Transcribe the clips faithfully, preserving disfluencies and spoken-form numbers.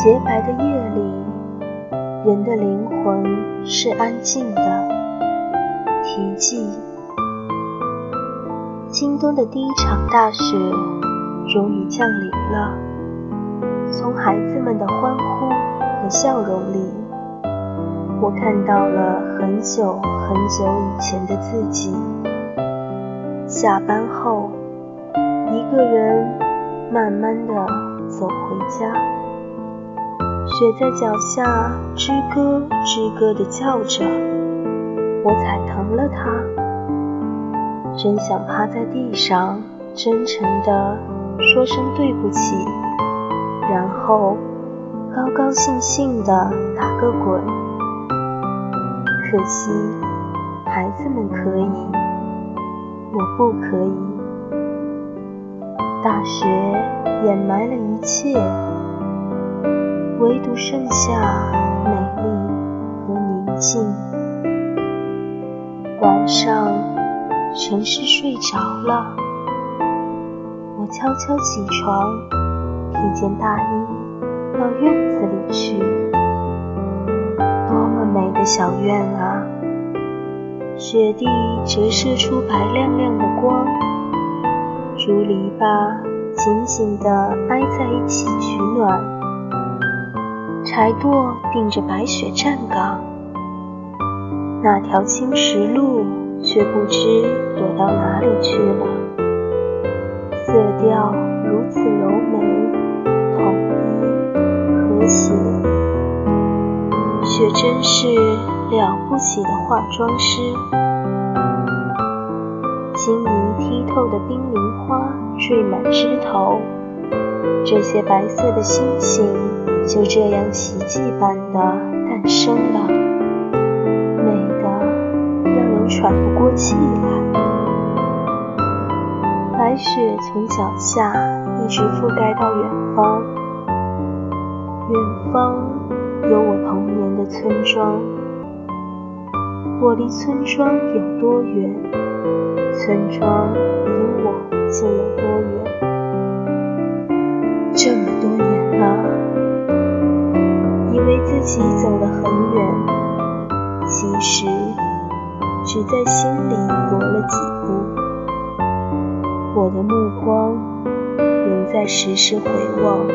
洁白的夜里，人的灵魂是安静的。题记：今冬的第一场大雪终于降临了。从孩子们的欢呼和笑容里，我看到了很久很久以前的自己。下班后，一个人慢慢地走回家，雪在脚下吱咯吱咯地叫着，我踩疼了它，真想趴在地上真诚地说声对不起，然后高高兴兴地打个滚。可惜孩子们可以，我不可以。大雪掩埋了一切，唯独剩下美丽和宁静。晚上，城市睡着了，我悄悄起床，披件大衣到院子里去。多么美的小院啊！雪地折射出白亮亮的光，竹篱笆紧紧地挨在一起取暖，柴垛顶着白雪站岗，那条青石路却不知躲到哪里去了。色调如此柔美、统一、和谐，雪真是了不起的化妆师。晶莹剔透的冰凌花缀满枝头，这些白色的星星就这样奇迹般的诞生了，美得让人喘不过气来。白雪从脚下一直覆盖到远方，远方有我童年的村庄。我离村庄有多远，村庄离我就有多远。这么多年了，以为自己走了很远，其实只在心里踱了几步。我的目光仍在时时回望。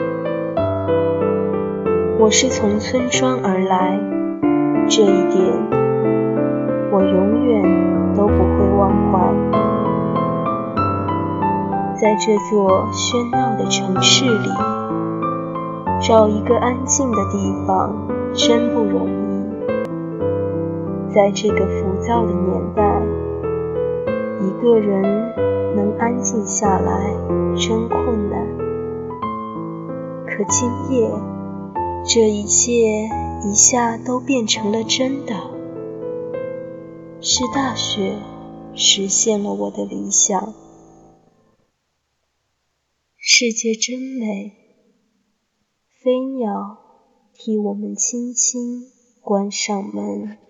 我是从村庄而来，这一点我永远都不会忘怀。在这座喧闹的城市里，找一个安静的地方真不容易。在这个浮躁的年代，一个人能安静下来真困难。可今夜，这一切一下都变成了真的。是大雪实现了我的理想。世界真美，飞鸟替我们轻轻关上门。